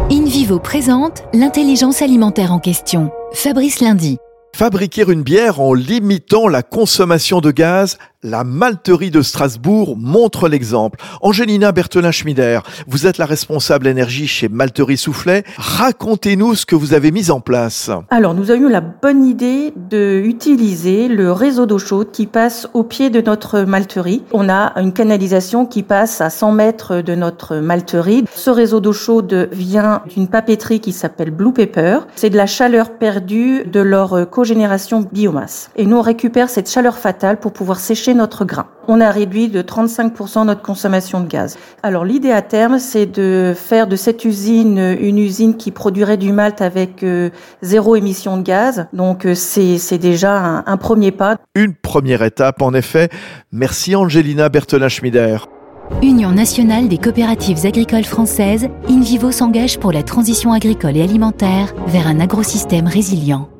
InVivo présente l'intelligence alimentaire en question. Fabrice Lundy. Fabriquer une bière en limitant la consommation de gaz, la malterie de Strasbourg montre l'exemple. Angelina Berthelin-Schmieder, vous êtes la responsable énergie chez Malterie Soufflet. Racontez-nous ce que vous avez mis en place. Alors, nous avons eu la bonne idée d'utiliser le réseau d'eau chaude qui passe au pied de notre malterie. On a une canalisation qui passe à 100 mètres de notre malterie. Ce réseau d'eau chaude vient d'une papeterie qui s'appelle Blue Pepper. C'est de la chaleur perdue de leur cogénération biomasse. Et nous, on récupère cette chaleur fatale pour pouvoir sécher notre grain. On a réduit de 35% notre consommation de gaz. Alors l'idée à terme, c'est de faire de cette usine une usine qui produirait du malt avec zéro émission de gaz. Donc c'est déjà un premier pas. Une première étape en effet. Merci Angelina Berthelin-Schmieder. Union nationale des coopératives agricoles françaises, InVivo s'engage pour la transition agricole et alimentaire vers un agrosystème résilient.